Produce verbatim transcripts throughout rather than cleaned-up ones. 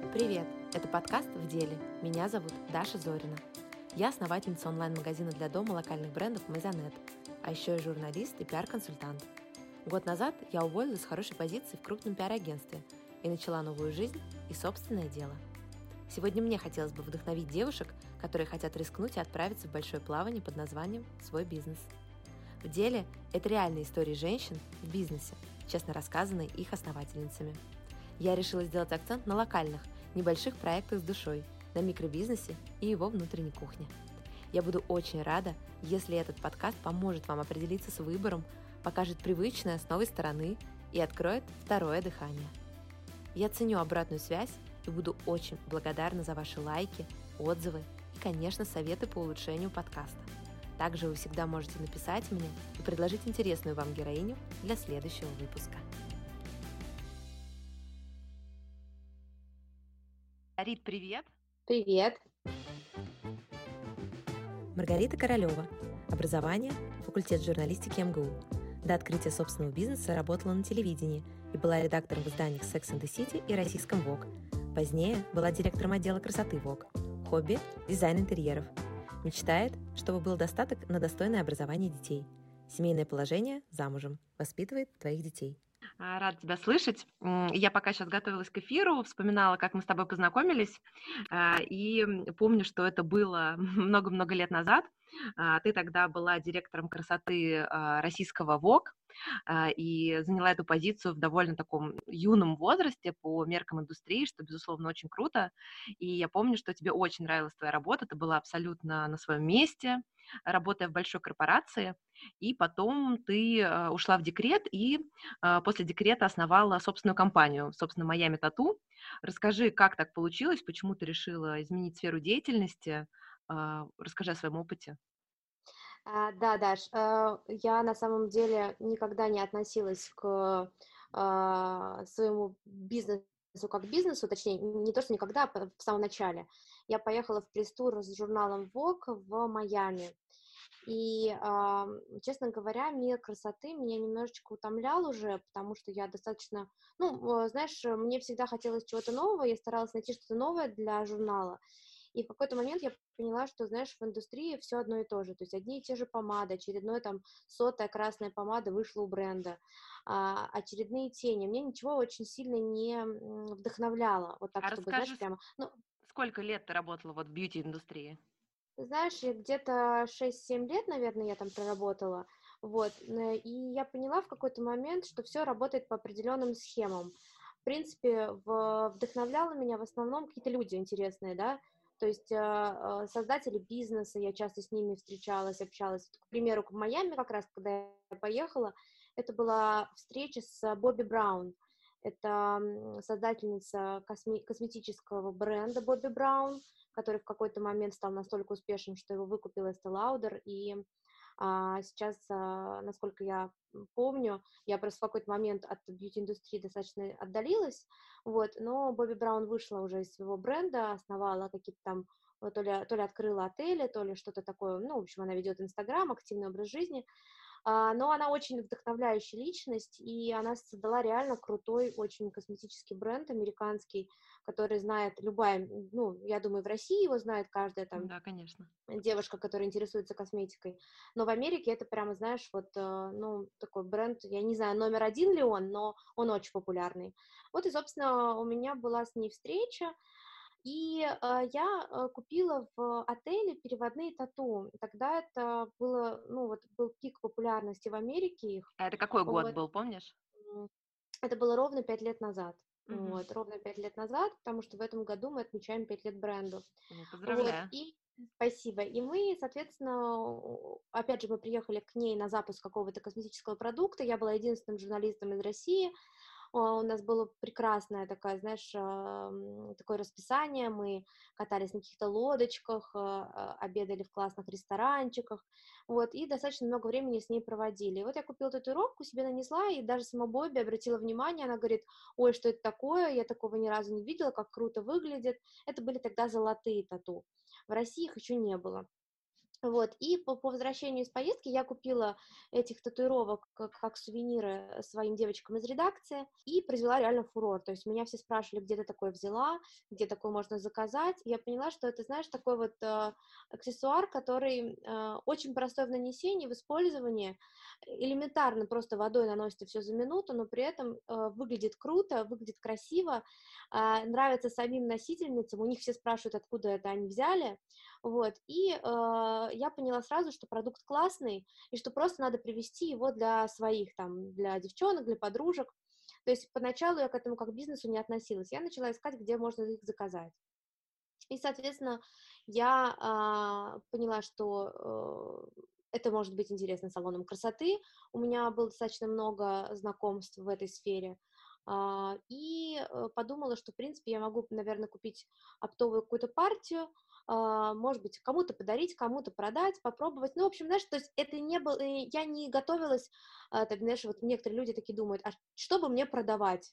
Привет! Это подкаст «В деле». Меня зовут Даша Зорина. Я основательница онлайн-магазина для дома локальных брендов Maisonette, а еще и журналист и пиар-консультант. Год назад я уволилась с хорошей позиции в крупном пиар-агентстве и начала новую жизнь и собственное дело. Сегодня мне хотелось бы вдохновить девушек, которые хотят рискнуть и отправиться в большое плавание под названием «Свой бизнес». В деле это реальные истории женщин в бизнесе, честно рассказанные их основательницами. Я решила сделать акцент на локальных, небольших проектах с душой, на микробизнесе и его внутренней кухне. Я буду очень рада, если этот подкаст поможет вам определиться с выбором, покажет привычное с новой стороны и откроет второе дыхание. Я ценю обратную связь и буду очень благодарна за ваши лайки, отзывы и, конечно, советы по улучшению подкаста. Также вы всегда можете написать мне и предложить интересную вам героиню для следующего выпуска. Рит, привет! Привет! Маргарита Королева. Образование – факультет журналистики эм гэ у. До открытия собственного бизнеса работала на телевидении и была редактором в изданиях Sex and the City и российском Vogue. Позднее была директором отдела красоты Vogue. Хобби – дизайн интерьеров. Мечтает, чтобы был достаток на достойное образование детей. Семейное положение – замужем. Воспитывает твоих детей. Рада тебя слышать. Я пока сейчас готовилась к эфиру, вспоминала, как мы с тобой познакомились, и помню, что это было много-много лет назад. Ты тогда была директором красоты российского Vogue и заняла эту позицию в довольно таком юном возрасте по меркам индустрии, что, безусловно, очень круто. И я помню, что тебе очень нравилась твоя работа, ты была абсолютно на своем месте, работая в большой корпорации, и потом ты ушла в декрет и после декрета основала собственную компанию, собственно, Miami Tattoo. Расскажи, как так получилось, почему ты решила изменить сферу деятельности, расскажи о своем опыте. А, да, Даш, э, я на самом деле никогда не относилась к а, своему бизнесу как к бизнесу, точнее, не то, что никогда, а в самом начале. Я поехала в пресс-тур с журналом Vogue в Майами. И, а, честно говоря, мир красоты меня немножечко утомлял уже, потому что я достаточно, ну, знаешь, мне всегда хотелось чего-то нового, я старалась найти что-то новое для журнала. И в какой-то момент я поняла, что, знаешь, в индустрии все одно и то же, то есть одни и те же помады, очередной там сотая красная помада вышла у бренда, а, очередные тени. Мне ничего очень сильно не вдохновляло, вот так, А чтобы, расскажи, знаешь, прямо, ну, сколько лет ты работала вот в бьюти-индустрии? ты знаешь, я где-то шесть-семь лет, наверное, я там проработала, вот, и я поняла в какой-то момент, что все работает по определенным схемам. В принципе, в вдохновляло меня в основном какие-то люди интересные, да, то есть э, э, создатели бизнеса, я часто с ними встречалась, общалась. Вот, к примеру, в Майами как раз, когда я поехала, это была встреча с Бобби Браун. Это м, создательница косме- косметического бренда Бобби Браун, который в какой-то момент стал настолько успешным, что его выкупила Estée Lauder, и а, сейчас, а, насколько я помню, я просто в какой-то момент от бьюти-индустрии достаточно отдалилась, вот, но Бобби Браун вышла уже из своего бренда, основала какие-то там, э, то ли, то ли открыла отели, то ли что-то такое, ну, в общем, она ведет Инстаграм, активный образ жизни, а, но она очень вдохновляющая личность, и она создала реально крутой очень косметический бренд американский, который знает любая, ну, я думаю, в России его знает каждая там Да, конечно. девушка, которая интересуется косметикой, но в Америке это прямо, знаешь, вот, э, ну, такой бренд, я не знаю, номер один ли он, но он очень популярный. Вот и, собственно, у меня была с ней встреча, и э, я э, купила в отеле переводные тату. Тогда это было, ну, вот был пик популярности в Америке их. А это какой год Вот. был, помнишь? М, Это было ровно пять лет назад. Угу. Вот, ровно пять лет назад, потому что в этом году мы отмечаем пять лет бренду. О, Вот, поздравляю. и спасибо. И мы, соответственно, о, опять же, мы приехали к ней на запуск какого-то косметического продукта. Я была единственным журналистом из России. А, У нас было прекрасное такое, знаешь, ам, такое расписание. Мы катались на каких-то лодочках, а, а, обедали в классных ресторанчиках, вот, и достаточно много времени с ней проводили. И вот я купила татуировку, себе нанесла, и даже сама Бобби обратила внимание, она говорит: ой, что это такое, я такого ни разу не видела, как круто выглядит. Это были тогда золотые тату. В России их еще не было. Вот, и по, по возвращению из поездки я купила этих татуировок как, как сувениры своим девочкам из редакции и произвела реально фурор. То есть меня все спрашивали, где ты такое взяла, где такое можно заказать. И я поняла, что это, знаешь, такой вот э, аксессуар, который э, очень простой в нанесении, в использовании, элементарно просто водой наносится все за минуту, но при этом э, выглядит круто, выглядит красиво, э, нравится самим носительницам, у них все спрашивают, откуда это они взяли. Вот, и э, я поняла сразу, что продукт классный, и что просто надо привести его для своих, там, для девчонок, для подружек. То есть поначалу я к этому как к бизнесу не относилась. Я начала искать, где можно их заказать. И, соответственно, я а, поняла, что э, это может быть интересно салоном красоты. У меня было достаточно много знакомств в этой сфере. А, и э, подумала, что, в принципе, я могу, наверное, купить оптовую какую-то партию, а, может быть, кому-то подарить, кому-то продать, попробовать. Ну, в общем, знаешь, то есть это не было, э, я не готовилась, а, так, знаешь, вот некоторые люди такие думают, а что бы мне продавать?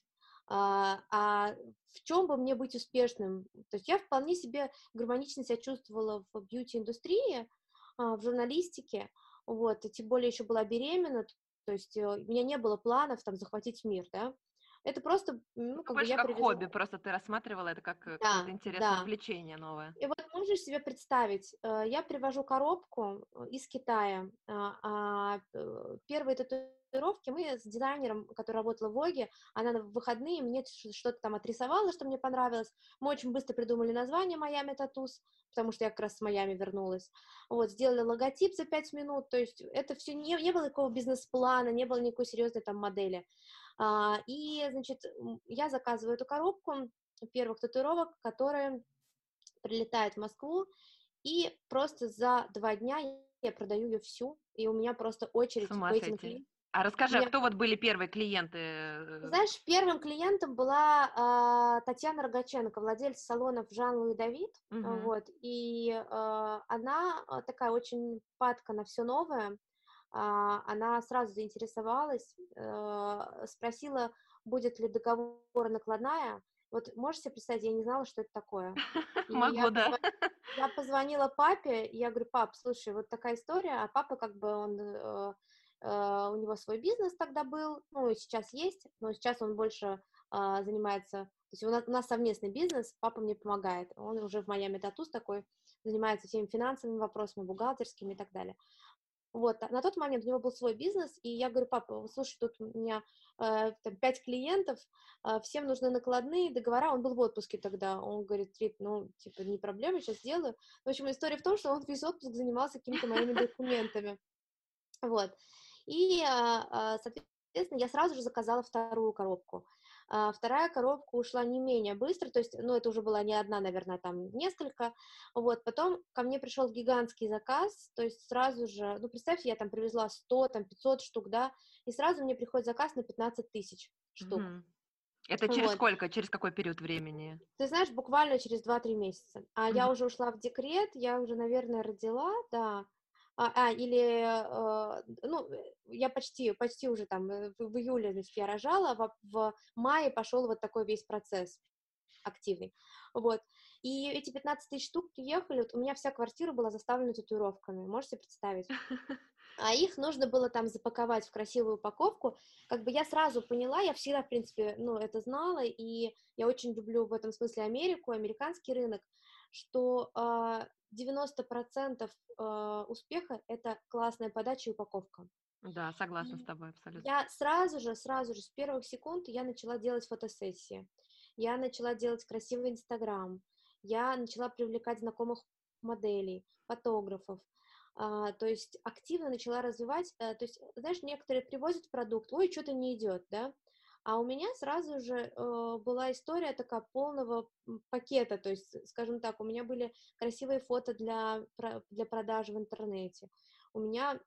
А, а в чем бы мне быть успешным? То есть я вполне себе гармонично себя чувствовала в бьюти-индустрии, а, в журналистике, вот, и тем более еще была беременна, то есть э, у меня не было планов там захватить мир, да, это просто, ну, Это как бы больше я как хобби, привезла, просто ты рассматривала это как э, какое-то да, интересное да, увлечение новое. и вот можешь себе представить, э, я привожу коробку э, из Китая, а, а, э, первые татуировки мы с дизайнером, который работала в Воге, она в выходные мне ш- что-то там отрисовала, что мне понравилось, мы очень быстро придумали название Miami Tattoos, потому что я как раз с Майами вернулась, вот, сделали логотип за пять минут, то есть это все, не, не было никакого бизнес-плана, не было никакой серьезной там модели, а, и, значит, м, я заказываю эту коробку первых татуировок, которые прилетает в Москву, и просто за два дня я продаю ее всю, и у меня просто С очередь ума по этим сойти. клиентам. А расскажи, а Мне, кто вот были первые клиенты? э, знаешь, первым клиентом была а, Татьяна Рогаченко, владелец салонов Жан-Луи Давид, Мгм. вот, и а, она а, такая очень падка на все новое, а, она сразу заинтересовалась, э, спросила, будет ли договор накладная. Вот можешь себе представить, я не знала, что это такое. И я Могу, да. позвонила, я позвонила папе, и я говорю, пап, слушай, вот такая история, а папа как бы он, э, э, у него свой бизнес тогда был, ну и сейчас есть, но сейчас он больше а, занимается, то есть у нас, у нас совместный бизнес, папа мне помогает, он уже в Майами Татус такой, занимается всеми финансовыми вопросами, бухгалтерскими и так далее. Вот, а на тот момент у него был свой бизнес, и я говорю, папа, вот слушай, тут у меня э, там пять клиентов, э, всем нужны накладные договора, он был в отпуске тогда, он говорит, Рит, ну, типа, не проблема, сейчас сделаю. В общем, история в том, что он весь отпуск занимался какими-то моими документами, вот, и, а, а, соответственно, я сразу же заказала вторую коробку. А, вторая коробка ушла не менее быстро, то есть, ну, это уже была не одна, наверное, там несколько, вот, потом ко мне пришел гигантский заказ, то есть сразу же, ну, представьте, я там привезла сто, там, пятьсот штук, да, и сразу мне приходит заказ на пятнадцать тысяч штук, Мгм. Это через вот. сколько? Через какой период времени? Ты знаешь, буквально через два-три месяца. А я Мгм. уже ушла в декрет, я уже, наверное, родила, да. А, а или, э, ну, э, я почти, почти уже там э, в, в июле, значит, я рожала, в, в мае пошел вот такой весь процесс активный, вот. И эти пятнадцать тысяч штук приехали, вот у меня вся квартира была заставлена татуировками, можете себе представить? А их нужно было там запаковать в красивую упаковку. Как бы я сразу поняла, я всегда, в принципе, ну, это знала, и я очень люблю в этом смысле Америку, американский рынок, что э, девяносто процентов э, успеха — это классная подача и упаковка. Да, согласна с И тобой абсолютно. я сразу же, сразу же, с первых секунд я начала делать фотосессии, я начала делать красивый Инстаграм, я начала привлекать знакомых моделей, фотографов, а, то есть активно начала развивать, э, то есть, знаешь, некоторые привозят продукт, ой, что-то не идет, да, а у меня сразу же э, была история такая полного м, пакета, то есть, скажем так, у меня были красивые фото для, про- для продажи в интернете, у меня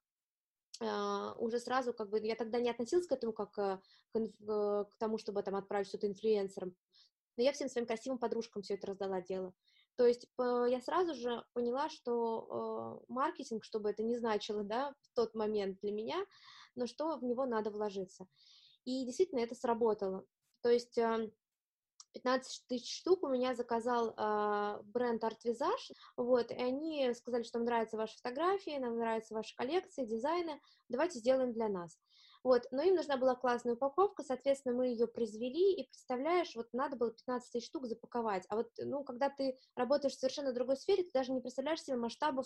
а, уже сразу, как бы, я тогда не относилась к этому как э, к, инф- э, к тому, чтобы там отправить что-то инфлюенсерам, но я всем своим красивым подружкам все это раздала дело. То есть по- я сразу же поняла, что э, маркетинг, что бы это ни значило, да, в тот момент для меня, но что в него надо вложиться. И действительно это сработало. То есть э, пятнадцать тысяч штук у меня заказал э, бренд Art Visage, вот, и они сказали, что нам нравятся ваши фотографии, нам нравятся ваши коллекции, дизайны, давайте сделаем для нас. Вот, но им нужна была классная упаковка, соответственно, мы ее произвели, и представляешь, вот надо было пятнадцать тысяч штук запаковать, а вот, ну, когда ты работаешь в совершенно другой сфере, ты даже не представляешь себе масштабов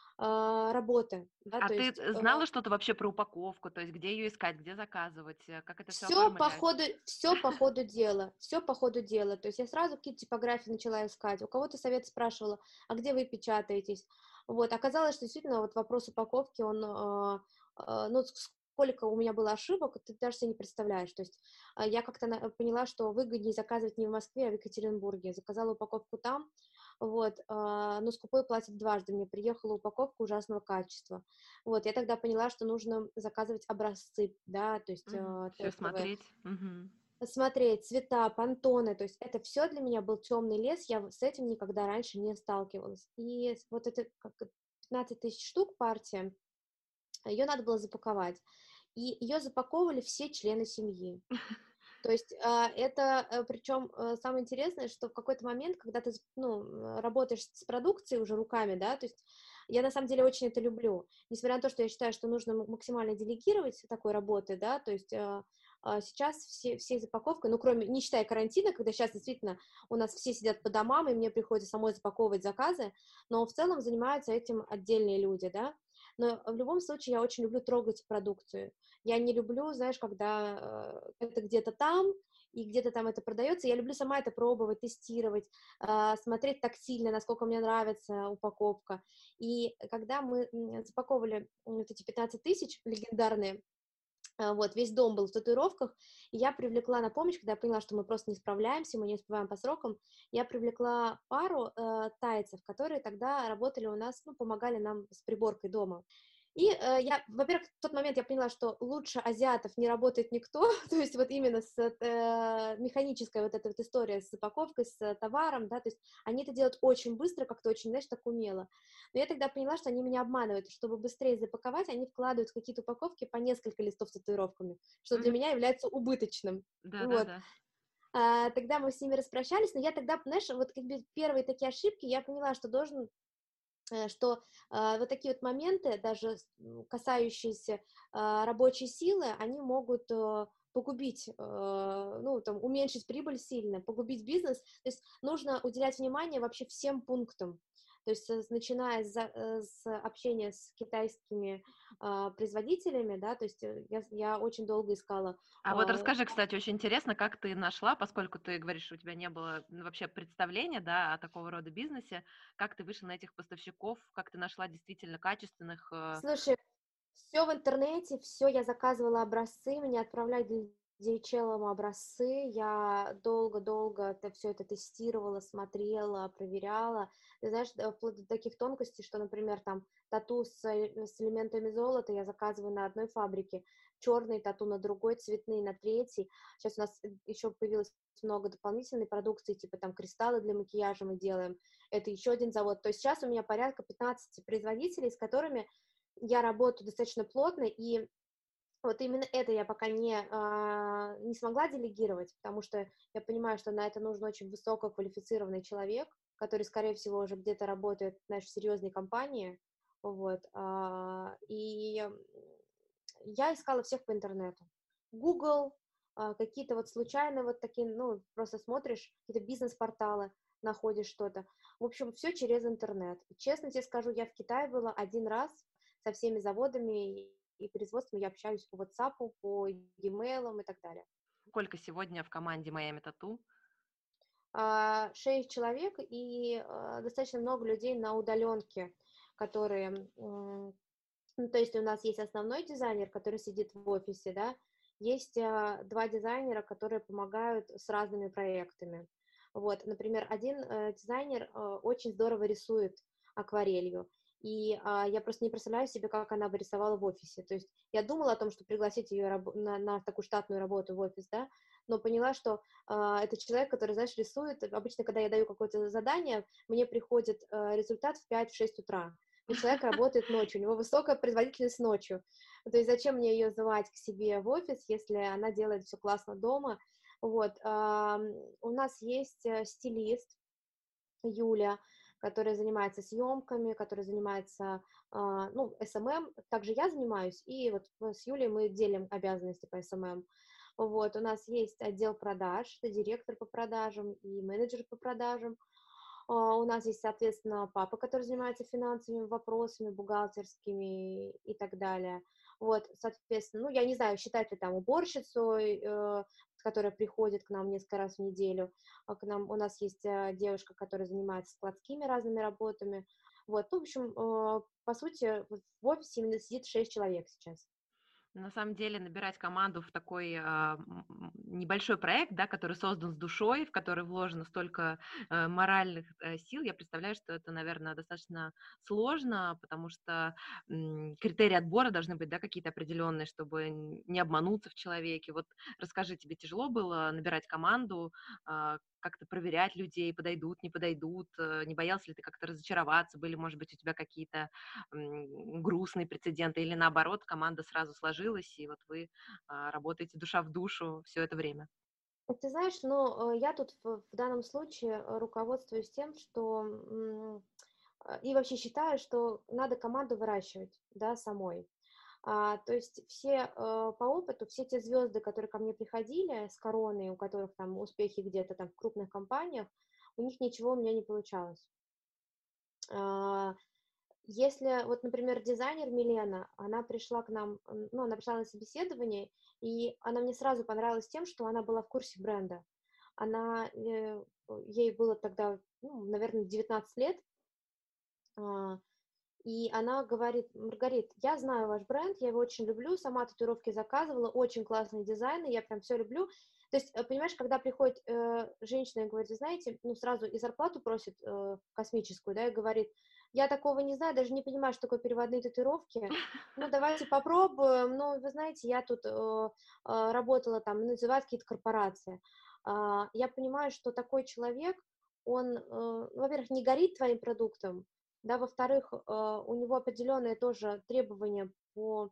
э, работы, да, А то ты есть... т э, знала что-то вообще про упаковку? То есть где ее искать, где заказывать, э, как это все Все по оформлять? ходу, все по ходу дела, все по ходу дела. То есть я сразу какие-то типографии начала искать. У кого-то совет спрашивала, а где вы печатаетесь? Вот, оказалось, что действительно вот вопрос упаковки, он, а, а, ну, с- сколько у меня было ошибок, ты даже себе не представляешь. То есть а, я как-то на- поняла, что выгоднее заказывать не в Москве, а в Екатеринбурге. Заказала упаковку там, вот, а, но скупой платит дважды. Мне приехала упаковка ужасного качества. Вот, я тогда поняла, что нужно заказывать образцы, да, то есть э, Все тестовые, смотреть. Мгм. смотреть цвета, пантоны, то есть это все для меня был темный лес, я в- с этим никогда раньше не сталкивалась. И с- вот это как пятнадцать тысяч штук партия, ее надо было запаковать. И ее запаковывали все члены семьи. То есть а, это, причем самое интересное, что в какой-то момент, когда ты, ну, м, работаешь с продукцией уже руками, да, то есть я на самом деле очень это люблю, несмотря на то, что я считаю, что нужно м- максимально делегировать такой работы, да, то есть а, а, сейчас все, все запаковкой, ну, кроме, не считая карантина, когда сейчас действительно у нас все сидят по домам, и мне приходится самой запаковывать заказы, но в целом занимаются этим отдельные люди, да, но в любом случае я очень люблю трогать продукцию. Я не люблю, знаешь, когда э, это где-то там, и где-то там это продается. Я люблю сама это пробовать, тестировать, э, смотреть тактильно, насколько мне нравится упаковка. И когда мы м, запаковывали вот эти пятнадцать тысяч легендарные, а, вот, весь дом был в татуировках, и я привлекла на помощь, когда я поняла, что мы просто не справляемся, мы не успеваем по срокам, я привлекла пару э, тайцев, которые тогда работали у нас, ну, помогали нам с приборкой дома. И э, я, во-первых, в тот момент я поняла, что лучше азиатов не работает никто, то есть вот именно с э, механической вот эта вот история с упаковкой, с э, товаром, да, то есть они это делают очень быстро, как-то очень, знаешь, так умело. Но я тогда поняла, что они меня обманывают, и чтобы быстрее запаковать, они вкладывают в какие-то упаковки по несколько листов с татуировками, что для Мгм. меня является убыточным. Вот. Да-да-да. А, тогда мы с ними распрощались, но я тогда, знаешь, вот как бы первые такие ошибки, я поняла, что должен э, что а, вот такие вот моменты, даже с- м, касающиеся а, рабочей силы, они могут э, погубить, э, ну, там, уменьшить прибыль сильно, погубить бизнес. То есть нужно уделять внимание вообще всем пунктам. То есть, э, с- начиная с, за- э, с общения с китайскими а, производителями, да, то есть э, я, я очень долго искала. А вот а, расскажи, кстати, очень интересно, как ты нашла, поскольку ты говоришь, что у тебя не было м, вообще представления, да, о такого рода бизнесе, как ты вышла на этих поставщиков, как ты нашла действительно качественных. э, Слушай, все в интернете, все я заказывала образцы, мне отправляли ди эйч эл образцы, я долго-долго это все это тестировала, смотрела, проверяла. Ты знаешь, да, вплоть до таких тонкостей, что, например, там тату с, э, с элементами золота я заказываю на одной фабрике, черный тату на другой, цветные на третьей. Сейчас у нас еще появилось много дополнительной продукции, типа там кристаллы для макияжа мы делаем, это еще один завод. То есть сейчас у меня порядка пятнадцать производителей, с которыми я работаю достаточно плотно, и вот именно это я пока не, а, не смогла делегировать, потому что я понимаю, что на это нужен очень высококвалифицированный человек, который, скорее всего, уже где-то работает, знаешь, в серьезной компании, вот, а, и м, я искала всех по интернету. Google, а, какие-то вот случайно вот такие, ну, просто смотришь, какие-то бизнес-порталы, находишь что-то. В общем, все через интернет. Честно тебе скажу, я в Китае была один раз, со всеми заводами и производством я общаюсь по WhatsApp, по e-mail и так далее. Сколько сегодня в команде Miami Tattoo? А, Шесть человек и а, достаточно много людей на удаленке, которые, м, ну, то есть у нас есть основной дизайнер, который сидит в офисе, да, есть а, два дизайнера, которые помогают с разными проектами. Вот, например, один э, дизайнер э, очень здорово рисует акварелью, и а, я просто не представляю себе, как она бы рисовала в офисе. То есть я думала о том, что пригласить ее раб- на, на такую штатную работу в офис, да, но поняла, что а, это человек, который, знаешь, рисует. Обычно, когда я даю какое-то задание, мне приходит а, результат в пять-шесть утра. Но человек работает ночью, у него высокая производительность ночью. То есть зачем мне ее звать к себе в офис, если она делает все классно дома? Вот, ам, у нас есть э, стилист Юля, которая занимается съемками, которая занимается, а, ну, эс эм эм, также я занимаюсь, и вот э, с Юлей мы делим обязанности по эс эм эм. Вот, у нас есть отдел продаж, это директор по продажам и менеджер по продажам. А, У нас есть, соответственно, папа, который занимается финансовыми вопросами, бухгалтерскими и так далее. Вот, соответственно, ну, я не знаю, считать ли там уборщицей, э, которая приходит к нам несколько раз в неделю. А К нам, у нас есть э, девушка, которая занимается складскими разными работами. Вот, ну, в общем, э, по сути, вот в офисе именно сидит шесть человек сейчас. На самом деле набирать команду в такой а, м, м, небольшой проект, да, который создан с душой, в который вложено столько э, моральных э, сил, я представляю, что это, наверное, достаточно сложно, потому что м, критерии отбора должны быть, да, какие-то определенные, чтобы н- не обмануться в человеке. Вот расскажи, тебе тяжело было набирать команду, а, как-то проверять людей, подойдут, не подойдут, э, не боялся ли ты как-то разочароваться, были, может быть, у тебя какие-то м, грустные прецеденты, или наоборот, команда сразу сложилась, и вот вы а, работаете душа в душу все это время. Ты знаешь, ну, э, я тут в, в данном случае э, руководствуюсь тем, что м, э, и вообще считаю, что надо команду выращивать, да, самой. А, то есть все э, по опыту, все те звезды, которые ко мне приходили с короной, у которых там успехи где-то там в крупных компаниях, у них ничего у меня не получалось. А, Если вот, например, дизайнер Милена, она пришла к нам, м, ну, она пришла на собеседование, и она мне сразу понравилась тем, что она была в курсе бренда. Она, э, ей было тогда, ну, наверное, девятнадцать лет, а, и она говорит: Маргарит, я знаю ваш бренд, я его очень люблю, сама татуировки заказывала, очень классные дизайны, я прям все люблю. То есть, э, понимаешь, когда приходит э, женщина и говорит: вы знаете, ну, сразу и зарплату просит э, космическую, да, и говорит: я такого не знаю, даже не понимаю, что такое переводные татуировки, ну, давайте попробуем, ну, вы знаете, я тут э, э, работала там, называют какие-то корпорации. А, я понимаю, что такой человек, он, э, ну, во-первых, не горит твоим продуктом, да, во-вторых, э, у него определенные тоже требования по,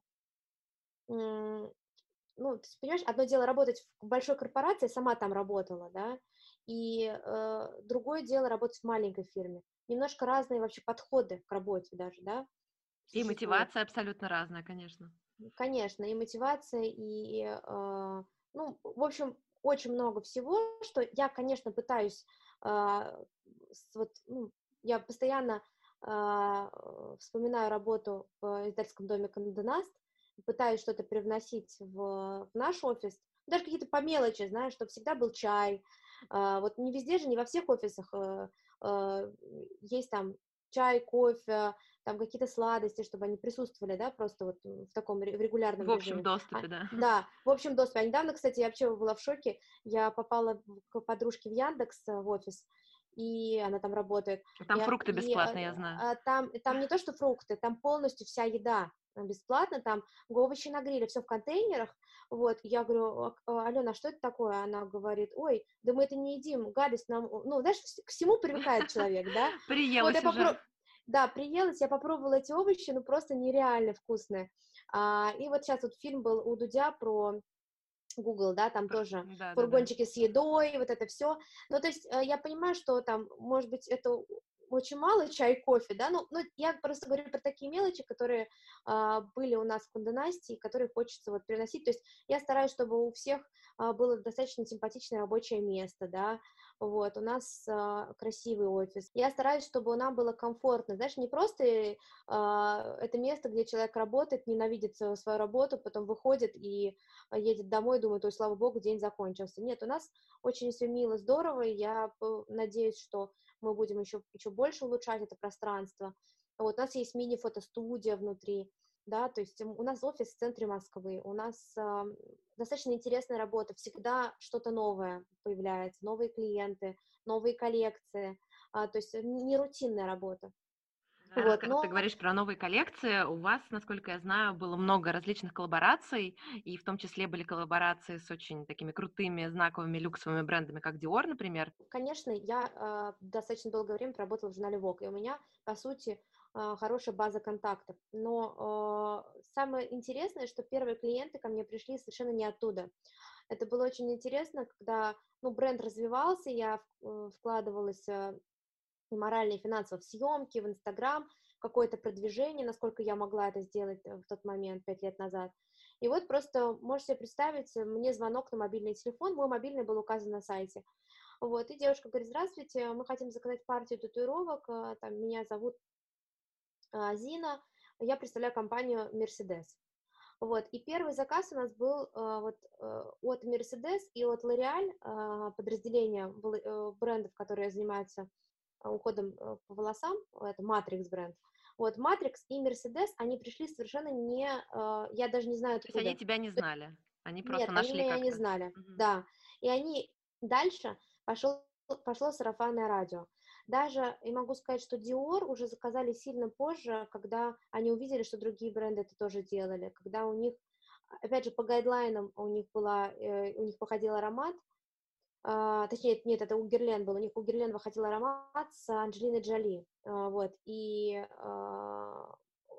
м, ну, ты понимаешь, одно дело работать в большой корпорации, сама там работала, да, и э, другое дело работать в маленькой фирме. Немножко разные вообще подходы к работе даже, да, И существуют. мотивация абсолютно разная, конечно. Конечно, и мотивация, и, э, ну, в общем, очень много всего, что я, конечно, пытаюсь, а, с вот, ну, я постоянно, а, э, вспоминаю работу в издательском доме «Condé Nast», пытаюсь что-то привносить в в наш офис, даже какие-то по мелочи, знаешь, чтобы всегда был чай. А, вот не везде же, не во всех офисах, э, э, есть там чай, кофе, там какие-то сладости, чтобы они присутствовали, да, просто вот в таком ре- в регулярном В общем режиме. А, доступе, да. да, в общем доступе. А недавно, кстати, я вообще была в шоке, я попала в- к подружке в Яндекс э, в офис, и она там работает, Там и, а, фрукты и, а, бесплатные, я знаю. а, там, там не то, что фрукты, там полностью вся еда э, бесплатно, там овощи на гриле, все в контейнерах, вот, я говорю: «А, а, Алена, а что это такое?» Она говорит: ой, да мы это не едим, гадость нам, ну, знаешь, вс- к всему привыкает человек, да, вот я Приелась уже. попробую, да, приелась, я попробовала эти овощи, ну, просто нереально вкусные. А, и вот сейчас вот фильм был у Дудя про Google, да, там Пр- тоже Да-да-да. фургончики с едой, вот это все. Ну, то есть э, я понимаю, что там, может быть, это очень мало чай, кофе, да, ну, ну я просто говорю про такие мелочи, которые а, были у нас в Кондонасте, и которые хочется вот приносить. То есть я стараюсь, чтобы у всех а, было достаточно симпатичное рабочее место, да, вот, у нас а, красивый офис. Я стараюсь, чтобы нам было комфортно, знаешь, не просто а, это место, где человек работает, ненавидит свою свою работу, потом выходит и а, едет домой, думает: ой, слава богу, день закончился. Нет, у нас очень все мило, здорово, и я п- надеюсь, что мы будем еще, еще больше улучшать это пространство. Вот, у нас есть мини-фотостудия внутри, да, то есть м, у нас офис в центре Москвы, у нас а, достаточно интересная работа, всегда что-то новое появляется, новые клиенты, новые коллекции, а, то есть не рутинная работа. А Вот, раска Ты но говоришь про новые коллекции. У вас, насколько я знаю, было много различных коллабораций, и в том числе были коллаборации с очень такими крутыми, знаковыми люксовыми брендами, как Dior, например. конечно, я а, достаточно долгое время проработала в журнале Vogue, и у меня, по сути, а, хорошая база контактов. Но а, самое интересное, что первые клиенты ко мне пришли совершенно не оттуда. Это было очень интересно, когда, ну, бренд развивался, я в- э, вкладывалась э, и морально, и финансово в съемки, в Инстаграм, какое-то продвижение, насколько я могла это сделать э, в тот момент, пять лет назад. И вот просто, можете себе представить, э, мне звонок на мобильный телефон, мой мобильный был указан на сайте. Вот, и девушка говорит: здравствуйте, мы хотим заказать партию татуировок, э, там, меня зовут а, Зина, я представляю компанию Mercedes. Вот, и первый заказ у нас был а, вот э, от Mercedes и от L'Oreal, а, подразделения бл- э, брендов, которые занимаются а, уходом э, по волосам, это Matrix бренд. Вот, Matrix и Mercedes, они пришли совершенно не, а, я даже не знаю То есть они откуда. тебя не То есть знали, они нет, просто они нашли меня не как-то. знали, Мгм. да. И они дальше пошел, пошло сарафанное радио. Даже, и могу сказать, что Dior уже заказали сильно позже, когда они увидели, что другие бренды это тоже делали, когда у них, опять же, по гайдлайнам у них была, э, у них выходил аромат, а, точнее, нет, это у Герлен был, у них у Герлен выходил аромат с Анджелиной Джоли, а, вот, и а,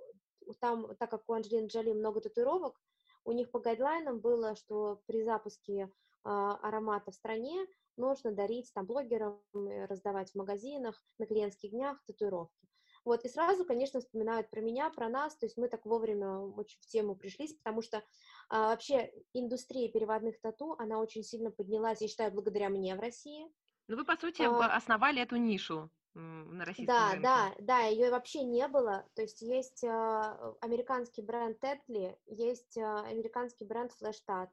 там, так как у Анджелины Джоли много татуировок, у них по гайдлайнам было, что при запуске а, аромата в стране нужно дарить там блогерам, э, раздавать в магазинах, на клиентских днях татуировки. Вот, и сразу, конечно, вспоминают про меня, про нас, то есть мы так вовремя очень в тему пришлись, потому что а, вообще индустрия переводных тату, она очень сильно поднялась, я считаю, благодаря мне в России. Ну, вы, по сути, в- А, основали эту нишу м, на российском да, рынке. да, да, ее вообще не было. То есть есть а, американский бренд Tetley, есть а, американский бренд Flash Tats.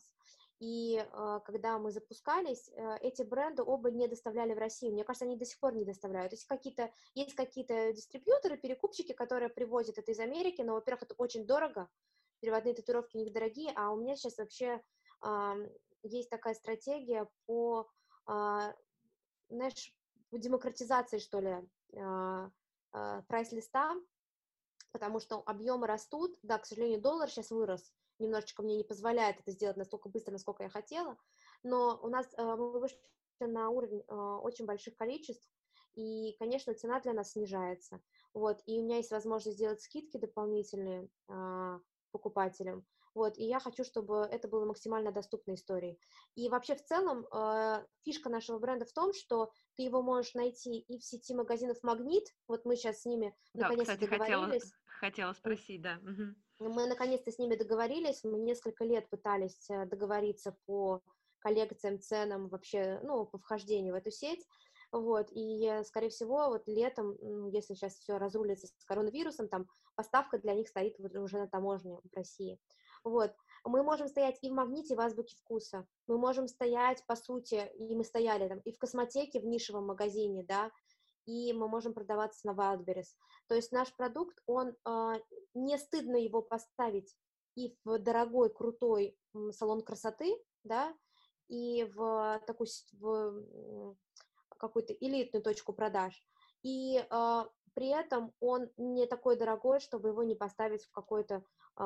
И а, когда мы запускались, а, эти бренды оба не доставляли в Россию. Мне кажется, они до сих пор не доставляют. То есть какие-то, есть какие-то дистрибьюторы, перекупщики, которые привозят это из Америки, но, во-первых, это очень дорого, переводные татуировки у них дорогие, а у меня сейчас вообще а, есть такая стратегия по, а, знаешь, по демократизации, что ли, а, а, прайс-листа, потому что объемы растут. Да, к сожалению, доллар сейчас вырос, немножечко мне не позволяет это сделать настолько быстро, насколько я хотела, но у нас а, мы вышли на уровень а, очень больших количеств, и, конечно, цена для нас снижается. Вот, и у меня есть возможность сделать скидки дополнительные а, покупателям. Вот, и я хочу, чтобы это было максимально доступной историей. И вообще, в целом, э, фишка нашего бренда в том, что ты его можешь найти и в сети магазинов «Магнит», вот мы сейчас с ними Да, наконец-то кстати, хотела, договорились, хотела спросить, да. Мгм. мы наконец-то с ними договорились, мы несколько лет пытались э, договориться по коллекциям, ценам, вообще, ну, по вхождению в эту сеть, вот, и, э, скорее всего, вот летом, м, если сейчас все разрулится с коронавирусом, там, поставка для них стоит вот уже на таможне в России, вот, мы можем стоять и в «Магните», и в «Азбуке вкуса», мы можем стоять, по сути, и мы стояли там и в «Космотеке», в нишевом магазине, да, и мы можем продаваться на Wildberries. То есть наш продукт, он, а, не стыдно его поставить и в дорогой, крутой м, салон красоты, да, и в такую с- в м, какую-то элитную точку продаж. И а, при этом он не такой дорогой, чтобы его не поставить в какое-то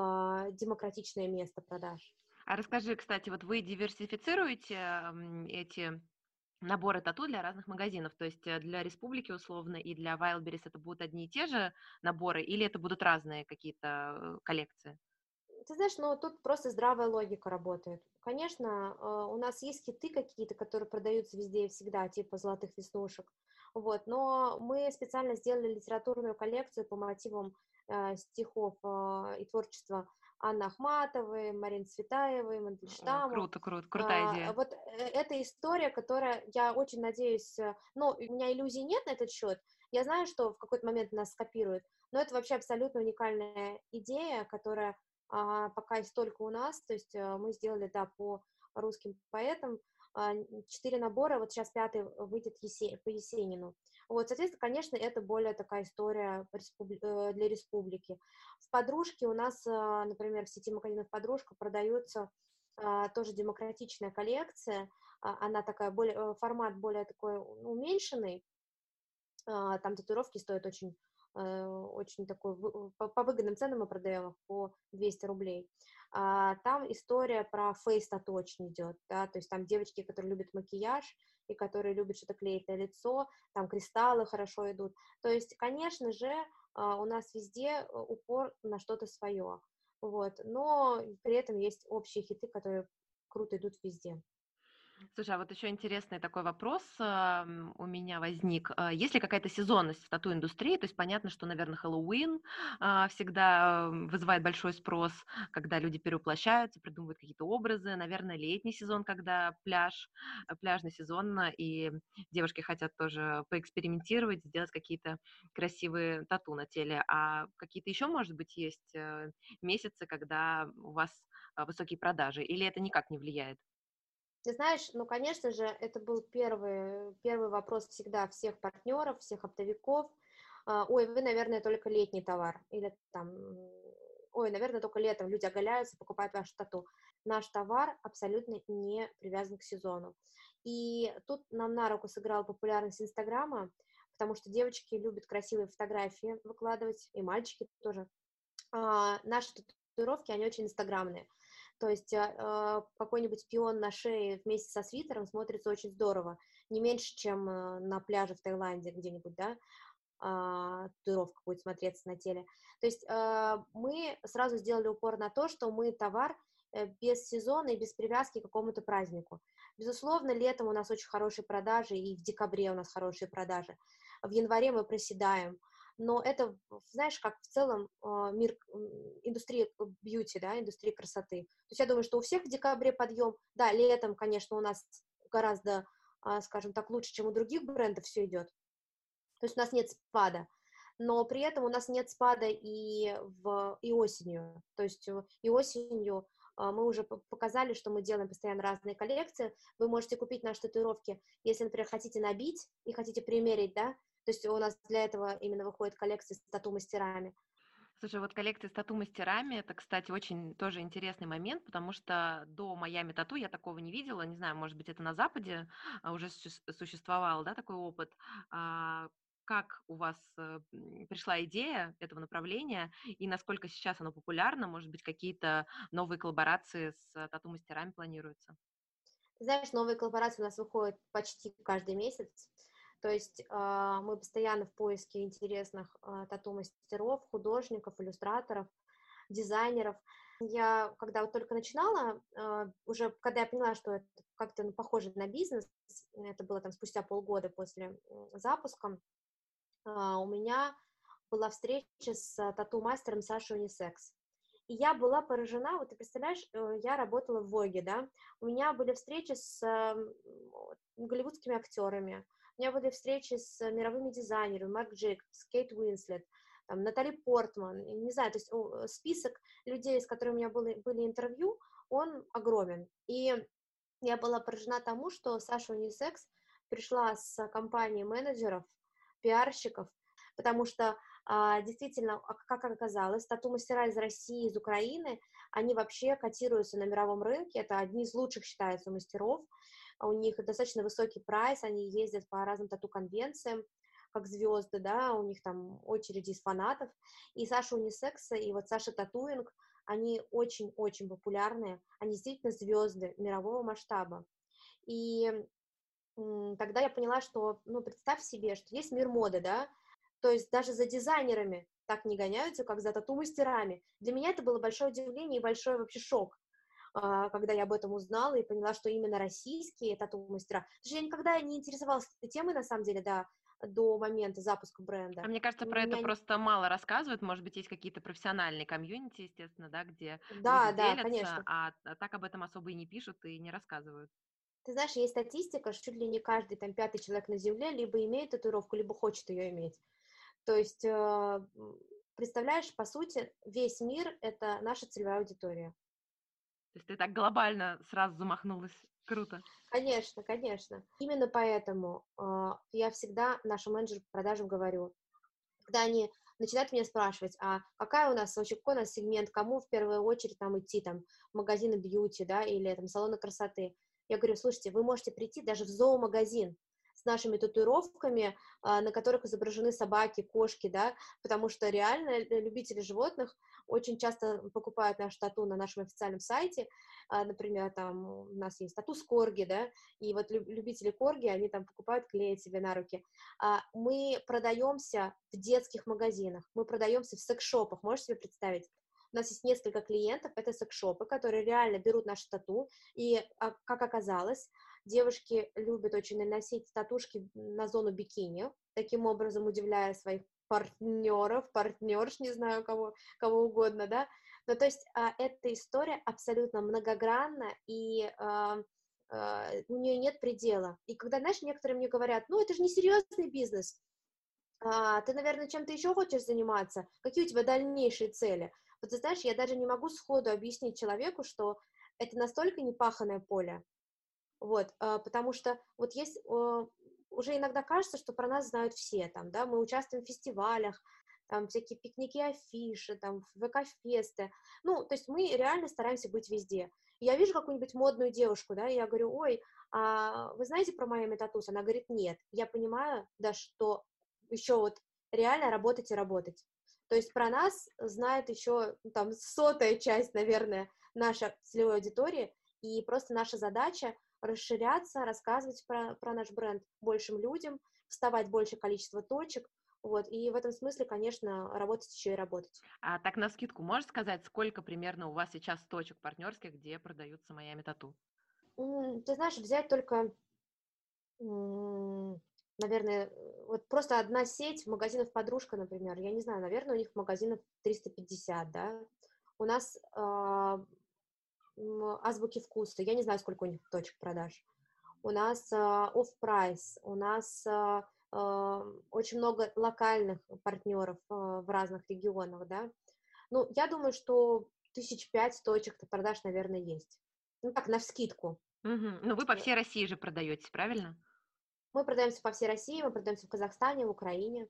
а, демократичное место продаж. А расскажи, кстати, вот вы диверсифицируете м, эти наборы тату для разных магазинов, то есть э, для Республики условно и для Wildberries это будут одни и те же наборы, или это будут разные какие-то э, коллекции? Ты знаешь, ну тут просто здравая логика работает. Конечно, э, у нас есть хиты какие-то, которые продаются везде и всегда, типа «Золотых веснушек», вот, но мы специально сделали литературную коллекцию по мотивам э, стихов э, и творчества Анны Ахматовой, Марины Цветаевой, О, Мандельштама. круто, круто, крутая А, идея. Вот э, эта история, которая, я очень надеюсь, э, ну, у меня иллюзий нет на этот счет, я знаю, что в какой-то момент нас скопируют, но это вообще абсолютно уникальная идея, которая а, пока есть только у нас, то есть э, мы сделали, да, по русским поэтам а, н- четыре набора, вот сейчас пятый выйдет Есе- по Есенину. Вот, соответственно, конечно, это более такая история по республи- э, для республики. В «Подружке» у нас, а, например, в сети магазинов «Подружка» продается а, тоже демократичная коллекция, а, она такая, более, э, формат более такой уменьшенный, а, там татуировки стоят очень, э, очень такой, вы- по, по выгодным ценам мы продаем их по двести рублей. А, там история про фейс-тату очень идет, да, то есть там девочки, которые любят макияж и которые любят что-то клеить на лицо, там кристаллы хорошо идут. То есть, конечно же, а, у нас везде э, упор на что-то свое. Вот. Но при этом есть общие хиты, которые круто идут везде. Слушай, а вот еще интересный такой вопрос ам, у меня возник. А Есть ли какая-то сезонность в тату-индустрии? То есть понятно, что, наверное, Хэллоуин а, всегда м, вызывает большой спрос, когда люди перевоплощаются, придумывают какие-то образы. Наверное, летний сезон, когда пляж, а, пляжный сезон, а, и девушки хотят тоже поэкспериментировать, сделать какие-то красивые тату на теле. А какие-то еще, может быть, есть э, месяцы, когда у вас а, высокие продажи? Или это никак не влияет? Ты знаешь, ну, конечно же, это был первый, первый вопрос всегда всех партнеров, всех оптовиков. А, Ой, вы, наверное, только летний товар. Или там, м, ой, наверное, только летом люди оголяются, покупают ваш тату. Наш товар абсолютно не привязан к сезону. И тут нам на руку сыграла популярность Инстаграма, потому что девочки любят красивые фотографии выкладывать, и мальчики тоже. А, наши татуировки, они очень инстаграмные. То есть а, а, какой-нибудь пион на шее вместе со свитером смотрится очень здорово. Не меньше, чем э, на пляже в Таиланде где-нибудь, да, а, татуировка будет смотреться на теле. То есть а, мы сразу сделали упор на то, что мы товар э, без сезона и без привязки к какому-то празднику. Безусловно, летом у нас очень хорошие продажи, и в декабре у нас хорошие продажи. В январе мы проседаем. Но это, знаешь, как в целом а, мир, м, индустрия бьюти, да, индустрия красоты. То есть я думаю, что у всех в декабре подъем. Да, летом, конечно, у нас гораздо, а, скажем так, лучше, чем у других брендов все идет. То есть у нас нет спада, но при этом у нас нет спада и, в, и осенью. То есть э, и осенью а, мы уже п- показали, что мы делаем постоянно разные коллекции. Вы можете купить наши татуировки, если, например, хотите набить и хотите примерить, да, то есть у нас для этого именно выходит коллекция с тату-мастерами. Слушай, вот коллекция с тату-мастерами — это, кстати, очень тоже интересный момент, потому что до Майами Тату я такого не видела. Не знаю, может быть, это на Западе а, уже сущес- существовал, да, такой опыт. А, Как у вас э, м, пришла идея этого направления и насколько сейчас оно популярно? Может быть, какие-то новые коллаборации с э, тату-мастерами планируются? Ты знаешь, новые коллаборации у нас выходят почти каждый месяц. То есть а, мы постоянно в поиске интересных а, тату-мастеров, художников, иллюстраторов, дизайнеров. Я, когда вот только начинала, а, уже когда я поняла, что это как-то ну, похоже на бизнес, это было там спустя полгода после м, запуска, а, у меня была встреча с а, тату-мастером Сашей Унисекс. И я была поражена, вот ты представляешь, э, я работала в Воге, да, у меня были встречи с эм, вот, голливудскими актерами, у меня были встречи с мировыми дизайнерами, Марк Джейкобс, Кейт Уинслет, там, Натали Портман, и не знаю, то есть о, список людей, с которыми у меня были, были интервью, он огромен. И я была поражена тому, что Саша Унисекс пришла с компанией менеджеров, пиарщиков, потому что а, действительно, а, как оказалось, тату-мастера из России, из Украины, они вообще котируются на мировом рынке, это одни из лучших считаются мастеров, а у них достаточно высокий прайс, они ездят по разным тату-конвенциям, как звезды, да, у них там очереди из фанатов, и Саша Унисекса, и вот Саша Татуинг, они очень-очень популярные, они действительно звезды мирового масштаба. И м, тогда я поняла, что, ну, представь себе, что есть мир моды, да, то есть даже за дизайнерами так не гоняются, как за тату-мастерами. Для меня это было большое удивление и большой вообще шок, а, когда я об этом узнала и поняла, что именно российские тату-мастера. Потому что я никогда не интересовалась этой темой, на самом деле, да, до момента запуска А бренда. мне кажется, У про это меня... просто мало рассказывают. Может быть, есть какие-то профессиональные комьюнити, естественно, да, где люди Да, да, делятся, конечно. а, а так об этом особо и не пишут и не рассказывают. Ты знаешь, есть статистика, что чуть ли не каждый там пятый человек на Земле либо имеет татуировку, либо хочет ее иметь. То есть, э, м, представляешь, по сути, весь мир — это наша целевая аудитория. То есть ты так глобально сразу замахнулась. Круто. Конечно, конечно. Именно поэтому а, я всегда нашим менеджерам по продажам говорю, когда они начинают меня спрашивать, а какая у нас вообще, какой у нас сегмент, кому в первую очередь там идти, там, в магазины бьюти, да, или там салоны красоты. Я говорю, слушайте, вы можете прийти даже в зоомагазин с нашими татуировками, а, на которых изображены собаки, кошки, да, потому что реально э, любители животных очень часто покупают наш тату на нашем официальном сайте, а, например, там у нас есть тату с корги, да, и вот люб- любители корги, они там покупают, клеят себе на руки. А, мы продаемся в детских магазинах, мы продаемся в секс-шопах, можешь себе представить? У нас есть несколько клиентов, это секс-шопы, которые реально берут нашу тату, и, а, как оказалось, девушки любят очень наносить татушки на зону бикини, таким образом удивляя своих партнеров, партнерш, не знаю, кого, кого угодно, да, ну, то есть а, эта история абсолютно многогранна, и а, а, у нее нет предела, и когда, знаешь, некоторые мне говорят, ну, это же не серьезный бизнес, а, ты, наверное, чем-то еще хочешь заниматься, какие у тебя дальнейшие цели? Вот ты знаешь, я даже не могу сходу объяснить человеку, что это настолько непаханное поле, вот, а, потому что вот есть, а, уже иногда кажется, что про нас знают все, там, да, мы участвуем в фестивалях, там, всякие пикники, афиши, там, ВК-фесты, ну, то есть мы реально стараемся быть везде. Я вижу какую-нибудь модную девушку, да, и я говорю, ой, а вы знаете про Miami Tattoos? Она говорит, нет. Я понимаю, да, что еще вот реально работать и работать. То есть про нас знает еще, ну, там, сотая часть, наверное, нашей целевой аудитории, и просто наша задача расширяться, рассказывать про, про наш бренд большим людям, вставать большее количество точек, вот, и в этом смысле, конечно, работать еще и работать. А так навскидку можешь сказать, сколько примерно у вас сейчас точек партнерских, где продаются Miami Tattoo? М, Ты знаешь, взять только, м, наверное, вот просто одна сеть магазинов «Подружка», например, я не знаю, наверное, у них магазинов триста пятьдесят, да, у нас а, м, «Азбуки вкуса», я не знаю, сколько у них точек продаж, у нас а, «Офф-прайс», у нас а, а, очень много локальных партнеров а, в разных регионах, да, ну, я думаю, что тысяч пять точек продаж, наверное, есть, ну, так, навскидку. Мгм. Ну, вы по всей России же продаетесь, правильно? Мы продаемся по всей России, мы продаемся в Казахстане, в Украине.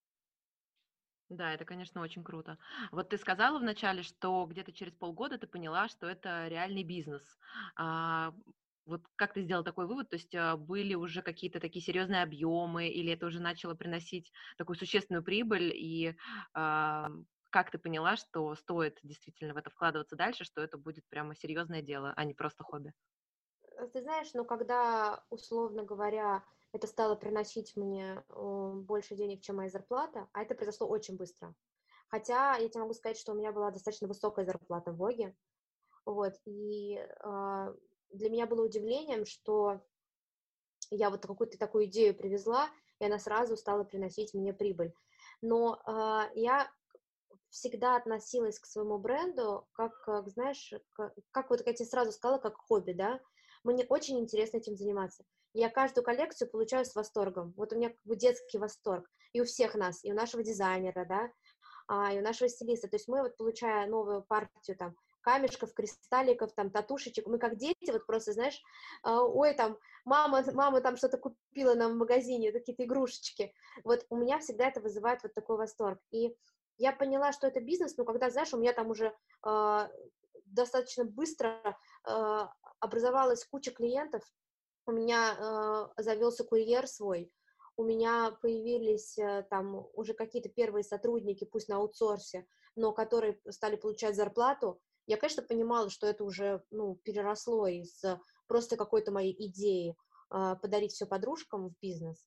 Да, это, конечно, очень круто. Вот ты сказала вначале, что где-то через полгода ты поняла, что это реальный бизнес. А, вот как ты сделала такой вывод? То есть а, были уже какие-то такие серьезные объемы, или это уже начало приносить такую существенную прибыль? И а, как ты поняла, что стоит действительно в это вкладываться дальше, что это будет прямо серьезное дело, а не просто хобби? Э, Ты знаешь, ну, когда, условно говоря, это стало приносить мне э, больше денег, чем моя зарплата, а это произошло очень быстро. Хотя я тебе могу сказать, что у меня была достаточно высокая зарплата в Воге, вот, и э, для меня было удивлением, что я вот какую-то такую идею привезла, и она сразу стала приносить мне прибыль. Но э, я всегда относилась к своему бренду как, как знаешь, как, как вот как я тебе сразу сказала, как хобби, да, мне очень интересно этим заниматься. Я каждую коллекцию получаю с восторгом. Вот у меня как бы детский восторг. И у всех нас, и у нашего дизайнера, да, а, и у нашего стилиста. То есть мы вот, получая новую партию там камешков, кристалликов, там, татушечек, мы как дети, вот просто, знаешь, а, ой, там, мама, мама там что-то купила нам в магазине, какие-то игрушечки. Вот у меня всегда это вызывает вот такой восторг. И я поняла, что это бизнес, но когда, знаешь, у меня там уже э, достаточно быстро э, образовалась куча клиентов, у меня э, завелся курьер свой, у меня появились э, там уже какие-то первые сотрудники, пусть на аутсорсе, но которые стали получать зарплату, я, конечно, понимала, что это уже, ну, переросло из э, просто какой-то моей идеи э, подарить все подружкам в бизнес.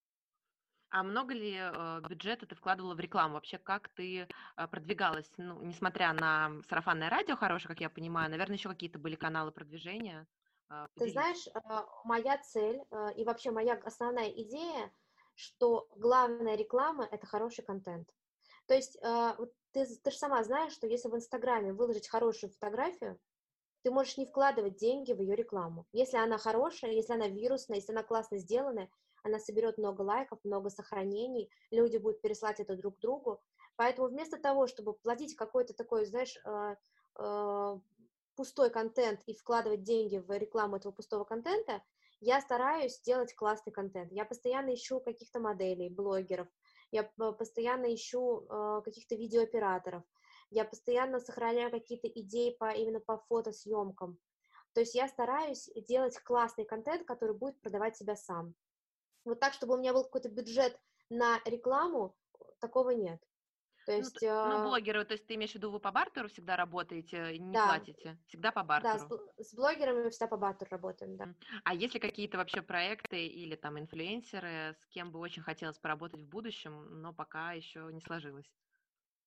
А много ли э, бюджета ты вкладывала в рекламу? Вообще, как ты э, продвигалась? Ну, несмотря на сарафанное радио хорошее, как я понимаю, наверное, еще какие-то были каналы продвижения. Э, Ты Поделись. знаешь, а, моя цель а, и вообще моя основная идея, что главная реклама — это хороший контент. То есть а, вот ты, ты же сама знаешь, что если в Инстаграме выложить хорошую фотографию, ты можешь не вкладывать деньги в ее рекламу. Если она хорошая, если она вирусная, если она классно сделанная, она соберет много лайков, много сохранений, люди будут переслать это друг другу. Поэтому вместо того, чтобы платить какой-то такой, знаешь, а, а, пустой контент и вкладывать деньги в рекламу этого пустого контента, я стараюсь делать классный контент. Я постоянно ищу каких-то моделей, блогеров, я п- постоянно ищу э, каких-то видеооператоров, я постоянно сохраняю какие-то идеи по, именно по фотосъемкам. То есть я стараюсь делать классный контент, который будет продавать себя сам. Вот так, чтобы у меня был какой-то бюджет на рекламу, такого нет. То Ну, т- есть, ну, э, блогеры, то есть ты имеешь в виду, вы по бартеру всегда работаете, и не да, платите? Всегда по да, с, бартеру. бл- с блогерами мы всегда по бартеру работаем, да. М. А есть ли какие-то вообще проекты или там инфлюенсеры, с кем бы очень хотелось поработать в будущем, но пока еще не сложилось?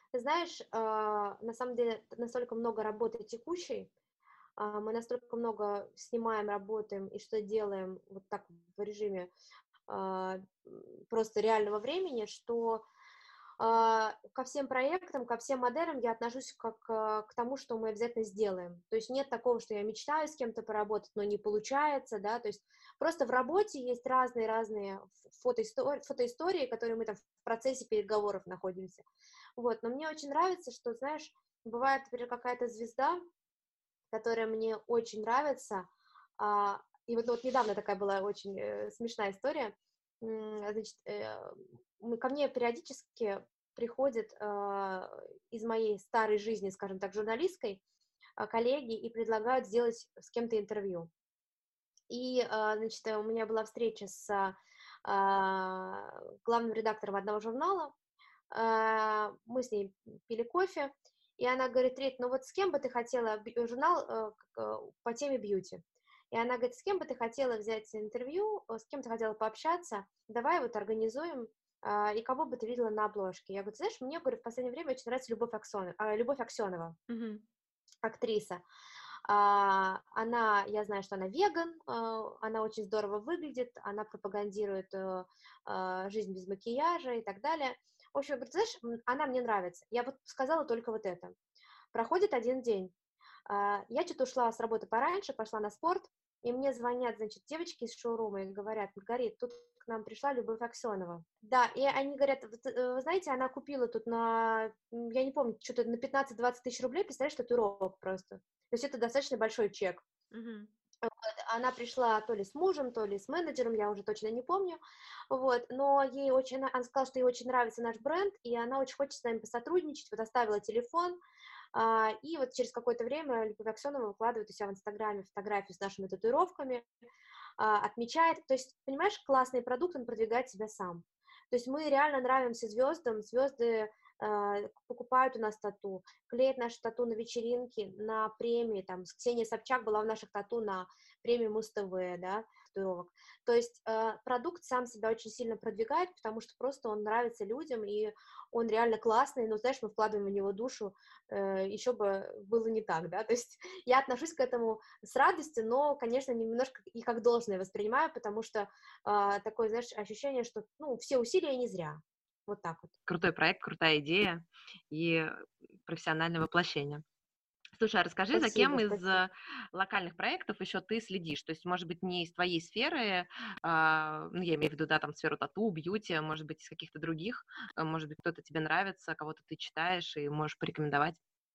Ты знаешь, а, на самом деле настолько много работы текущей, а, мы настолько много снимаем, работаем и что делаем вот так в режиме а, м, просто реального времени, что а, ко всем проектам, ко всем моделям я отношусь как а, к тому, что мы обязательно сделаем. То есть нет такого, что я мечтаю с кем-то поработать, но не получается, да, то есть просто в работе есть разные-разные фотоистории, фотоистории, которые мы там в процессе переговоров находимся. Вот, но мне очень нравится, что, знаешь, бывает, например, какая-то звезда, которая мне очень нравится, а, и вот, вот недавно такая была очень э, смешная история. М, значит, э, м, ко мне периодически приходят а, из моей старой жизни, скажем так, журналистской, а, коллеги и предлагают сделать с кем-то интервью. И, а, значит, э, у меня была встреча с а, главным редактором одного журнала, а, мы с ней пили кофе, и она говорит: Рит, ну вот с кем бы ты хотела, б- э, журнал э, к- э, по теме бьюти, и она говорит, с кем бы ты хотела взять интервью, э, с кем ты хотела пообщаться, давай вот организуем, а, и кого бы ты видела на обложке. Я говорю, знаешь, мне, говорю, в последнее время очень нравится Любовь Аксенова, Любовь Аксенова, Мгм. актриса. А, она, я знаю, что она веган, а, она очень здорово выглядит, она пропагандирует э, а, жизнь без макияжа и так далее. В общем, я говорю, ты знаешь, м, она мне нравится. Я вот сказала только вот это. Проходит один день. А, Я что-то ушла с работы пораньше, пошла на спорт, и мне звонят, значит, девочки из шоурума и говорят, Маргарит, тут к нам пришла Любовь Аксенова. Да, и они говорят, вот, э, вы знаете, она купила тут на, м, я не помню, что-то на пятнадцать-двадцать тысяч рублей, представляешь, татуировок просто. То есть это достаточно большой чек. Мгм. Вот, она пришла то ли с мужем, то ли с менеджером, я уже точно не помню, вот, но ей очень, она сказала, что ей очень нравится наш бренд, и она очень хочет с нами посотрудничать, вот оставила телефон, а, и вот через какое-то время Любовь Аксенова выкладывает у себя в Инстаграме фотографию с нашими татуировками, а, отмечает, то есть, понимаешь, классный продукт, он продвигает себя сам. То есть мы реально нравимся звездам, звезды а, покупают у нас тату, клеят наши тату на вечеринки, на премии, там, с Ксенией Собчак была в наших тату на премии Муз-ТВ, да, татуировок. То есть э, продукт сам себя очень сильно продвигает, потому что просто он нравится людям, и он реально классный, но, знаешь, мы вкладываем в него душу, э, еще бы было не так, да, то есть я отношусь к этому с радостью, но, конечно, немножко и как должное воспринимаю, потому что а, такое, знаешь, ощущение, что, ну, все усилия не зря. Вот так вот. Крутой проект, крутая идея и профессиональное воплощение. Слушай, а расскажи, за Спасибо, кем из спасибо. э, локальных проектов еще ты следишь? То есть, может быть, не из твоей сферы, а, ну, я имею в виду, да, там, сферу тату, бьюти, а может быть, из каких-то других, а, может быть, кто-то тебе нравится, кого-то ты читаешь и можешь порекомендовать?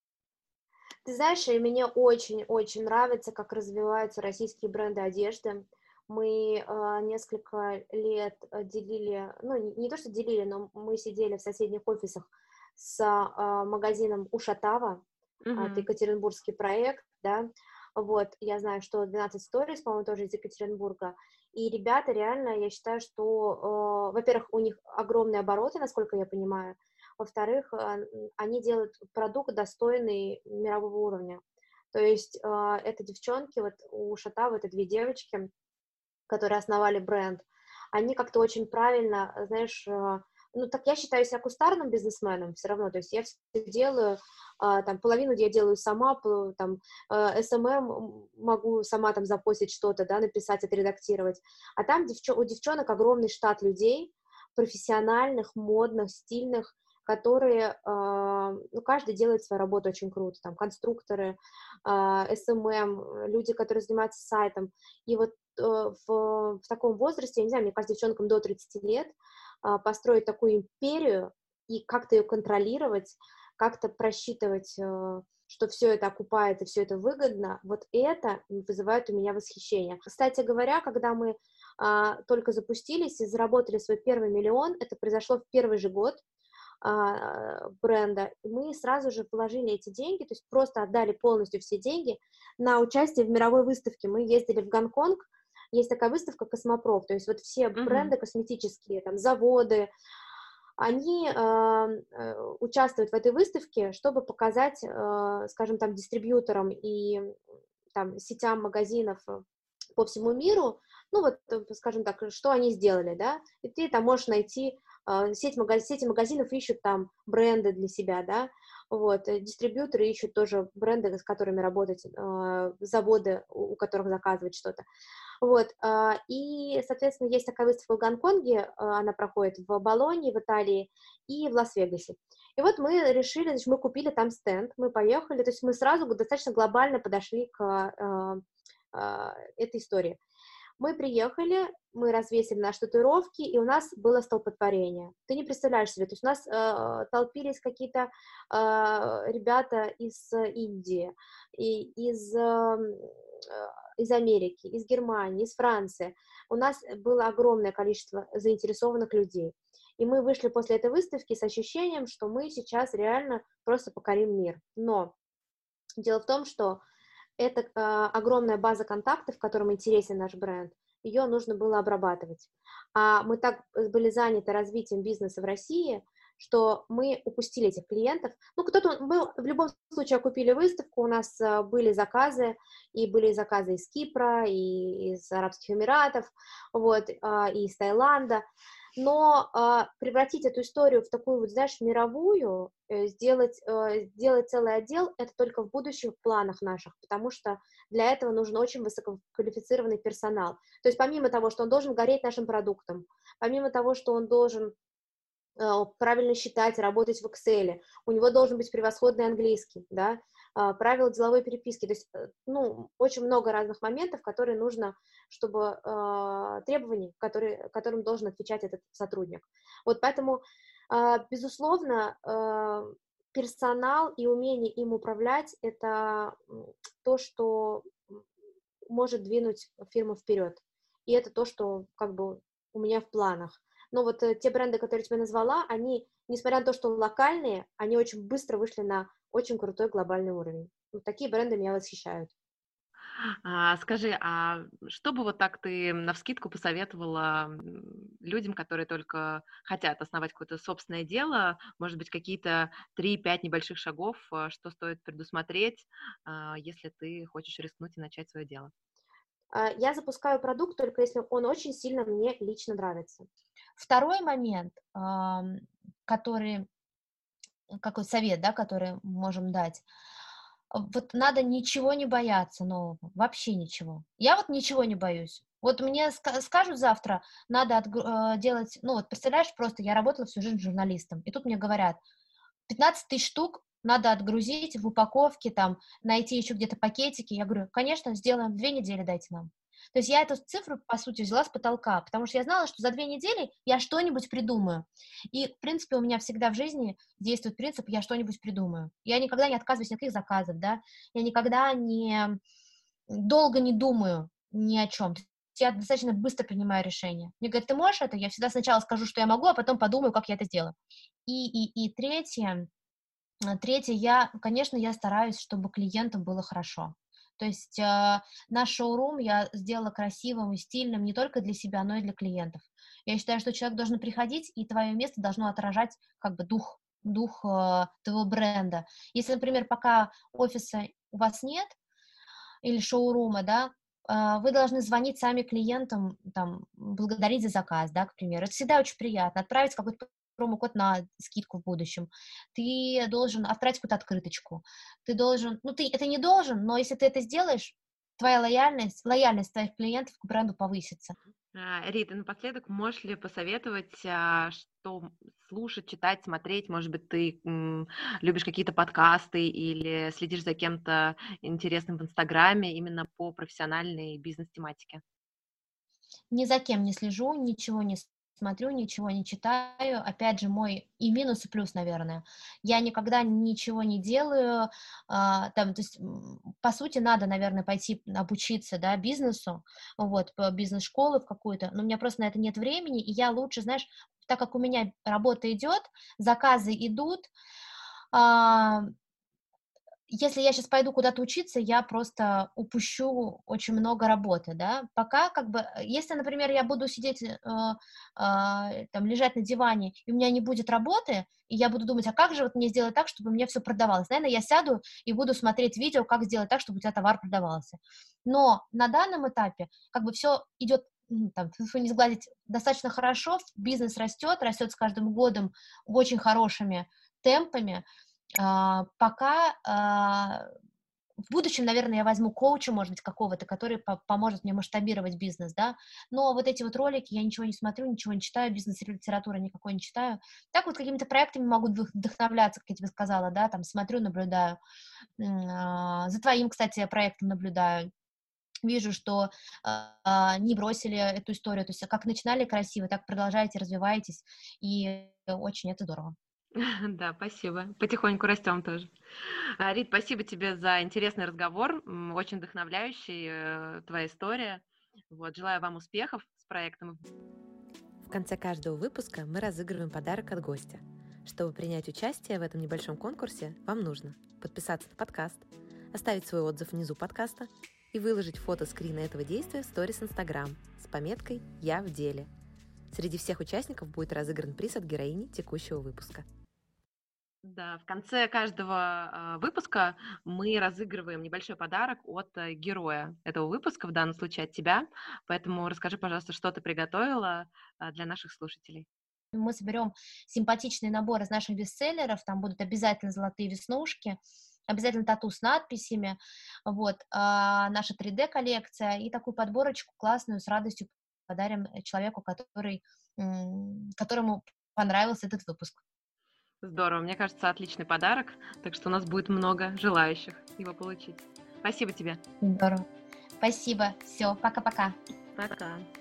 Ты знаешь, и мне очень-очень нравится, как развиваются российские бренды одежды. Мы а, несколько лет а, делили, ну, не, не то, что делили, но мы сидели в соседних офисах с а, магазином Ушатава, а, это Мгм. екатеринбургский проект, да, вот, я знаю, что двенадцать Stories, по-моему, тоже из Екатеринбурга, и ребята реально, я считаю, что, э, во-первых, у них огромные обороты, насколько я понимаю, во-вторых, а, они делают продукт, достойный мирового уровня. То есть а, это девчонки, вот у Шатава это две девочки, которые основали бренд, они как-то очень правильно, знаешь, а, ну, так я считаю себя кустарным бизнесменом все равно, то есть я все делаю, а, там, половину я делаю сама, по- там, эс эм эм могу сама там запостить что-то, да, написать, отредактировать, а там девчо- у девчонок огромный штат людей, профессиональных, модных, стильных, которые, а, ну, каждый делает свою работу очень круто, там, конструкторы, а, эс эм эм, люди, которые занимаются сайтом, и вот э, в, в таком возрасте, я не знаю, мне кажется, девчонкам до тридцати лет а, построить такую империю и как-то ее контролировать, как-то просчитывать, э, что все это окупает и все это выгодно, вот это вызывает у меня восхищение. Кстати говоря, когда мы а, только запустились и заработали свой первый миллион, это произошло в первый же год а, бренда, и мы сразу же положили эти деньги, то есть просто отдали полностью все деньги на участие в мировой выставке. Мы ездили в Гонконг, есть такая выставка Космопроф, то есть вот все Мгм. бренды косметические, там, заводы, они э, э, участвуют в этой выставке, чтобы показать, э, скажем, там, дистрибьюторам и там, сетям магазинов э, по всему миру ну вот, скажем так, что они сделали, да, и ты там можешь найти, сеть, магаз... сети магазинов ищут там бренды для себя, да, вот, дистрибьюторы ищут тоже бренды, с которыми работать, заводы, у которых заказывать что-то. Вот, и, соответственно, есть такая выставка в Гонконге, она проходит в Болонье, в Италии, и в Лас-Вегасе. И вот мы решили, значит, мы купили там стенд, мы поехали, то есть мы сразу достаточно глобально подошли к этой истории. Мы приехали, мы развесили наши татуировки, и у нас было столпотворение. Ты не представляешь себе, то есть у нас э, толпились какие-то э, ребята из Индии, и, из, э, из Америки, из Германии, из Франции. У нас было огромное количество заинтересованных людей. И мы вышли после этой выставки с ощущением, что мы сейчас реально просто покорим мир. Но дело в том, что это э, огромная база контактов, которым интересен наш бренд, ее нужно было обрабатывать. А мы так были заняты развитием бизнеса в России, что мы упустили этих клиентов. Ну, кто-то, мы в любом случае купили выставку, у нас э, были заказы, и были заказы из Кипра, и из Арабских Эмиратов, вот, э, и из Таиланда. Но э, превратить эту историю в такую, вот, знаешь, мировую, э, сделать, э, сделать целый отдел, это только в будущих планах наших, потому что для этого нужен очень высококвалифицированный персонал. То есть помимо того, что он должен гореть нашим продуктом, помимо того, что он должен э, правильно считать, работать в Excel, у него должен быть превосходный английский, да, э, правила деловой переписки, то есть, э, ну, очень много разных моментов, которые нужно, чтобы э, требований, которые, которым должен отвечать этот сотрудник. Вот поэтому, э, безусловно, э, персонал и умение им управлять – это то, что может двинуть фирму вперед. И это то, что как бы у меня в планах. Но вот э, те бренды, которые я тебе назвала, они, несмотря на то, что локальные, они очень быстро вышли на очень крутой глобальный уровень. Вот такие бренды меня восхищают. А, скажи, а что бы вот так ты навскидку посоветовала людям, которые только хотят основать какое-то собственное дело, может быть, какие-то три-пять небольших шагов, что стоит предусмотреть, если ты хочешь рискнуть и начать свое дело? Я запускаю продукт только если он очень сильно мне лично нравится. Второй момент, который, какой совет, да, который можем дать, вот надо ничего не бояться нового, вообще ничего. Я вот ничего не боюсь. Вот мне ска- скажут завтра, надо отгру- э, делать, ну вот представляешь, просто я работала всю жизнь журналистом, и тут мне говорят, пятнадцать тысяч штук надо отгрузить в упаковке, там, найти еще где-то пакетики. Я говорю, конечно, сделаем, две недели дайте нам. То есть я эту цифру, по сути, взяла с потолка, потому что я знала, что за две недели я что-нибудь придумаю. И, в принципе, у меня всегда в жизни действует принцип «я что-нибудь придумаю». Я никогда не отказываюсь от никаких заказов, да, я никогда не долго не думаю ни о чем. Я достаточно быстро принимаю решение. Мне говорят, ты можешь это? Я всегда сначала скажу, что я могу, а потом подумаю, как я это сделаю. И, и, и третье, третье, я, конечно, я стараюсь, чтобы клиентам было хорошо. То есть э, наш шоурум я сделала красивым и стильным не только для себя, но и для клиентов. Я считаю, что человек должен приходить, и твое место должно отражать как бы дух, дух э, твоего бренда. Если, например, пока офиса у вас нет, или шоурума, да, э, вы должны звонить сами клиентам, там, благодарить за заказ, да, к примеру. Это всегда очень приятно. Отправить какой-то промокод на скидку в будущем. Ты должен отправить какую-то открыточку. Ты должен, ну, ты это не должен, но если ты это сделаешь, твоя лояльность, лояльность твоих клиентов к бренду повысится. А, Рита, напоследок, можешь ли посоветовать, а, что слушать, читать, смотреть? Может быть, ты м, любишь какие-то подкасты или следишь за кем-то интересным в Инстаграме именно по профессиональной бизнес-тематике? Ни за кем не слежу, ничего не смотрю, ничего не читаю. Опять же, мой и минус, и плюс, наверное. Я никогда ничего не делаю. а, там, то есть, м, по сути, надо, наверное, пойти обучиться, да, бизнесу, вот, по бизнес-школу в какую-то, но у меня просто на это нет времени, и я лучше, знаешь, так как у меня работа идет, заказы идут, а, если я сейчас пойду куда-то учиться, я просто упущу очень много работы, да. Пока как бы, э, если, например, я буду сидеть, э, а, там, лежать на диване, и у меня не будет работы, и я буду думать, а как же вот мне сделать так, чтобы у меня все продавалось? Наверное, я сяду и буду смотреть видео, как сделать так, чтобы у тебя товар продавался. Но на данном этапе как бы все идет ну, там, тьфу-тьфу, не сгладить, достаточно хорошо, бизнес растет, растет с каждым годом очень хорошими темпами, а, пока а, в будущем, наверное, я возьму коуча, может быть, какого-то, который по- поможет мне масштабировать бизнес, да, но вот эти вот ролики, я ничего не смотрю, ничего не читаю, бизнес-литературы никакой не читаю, так вот какими-то проектами могу вдох- вдохновляться, как я тебе сказала, да, там, смотрю, наблюдаю, М, а, за твоим, кстати, проектом наблюдаю, вижу, что а, не бросили эту историю, то есть как начинали красиво, так продолжаете, развиваетесь, и очень это здорово. Да, спасибо. Потихоньку растем тоже. А, Рит, спасибо тебе за интересный разговор, м, очень вдохновляющий э, твоя история. Вот, желаю вам успехов с проектом. В конце каждого выпуска мы разыгрываем подарок от гостя. Чтобы принять участие в этом небольшом конкурсе, вам нужно подписаться на подкаст, оставить свой отзыв внизу подкаста и выложить фото скрина этого действия в сторис Instagram с пометкой «Я в деле». Среди всех участников будет разыгран приз от героини текущего выпуска. Да, в конце каждого а, выпуска мы разыгрываем небольшой подарок от э, героя этого выпуска, в данном случае от тебя. Поэтому расскажи, пожалуйста, что ты приготовила а, для наших слушателей. Мы соберем симпатичный набор из наших бестселлеров, там будут обязательно золотые веснушки, обязательно тату с надписями, вот, а, наша три дэ-коллекция, и такую подборочку классную с радостью подарим человеку, который, м, которому понравился этот выпуск. Здорово, мне кажется, отличный подарок, так что у нас будет много желающих его получить. Спасибо тебе. Здорово. Спасибо. Все, пока-пока. Пока.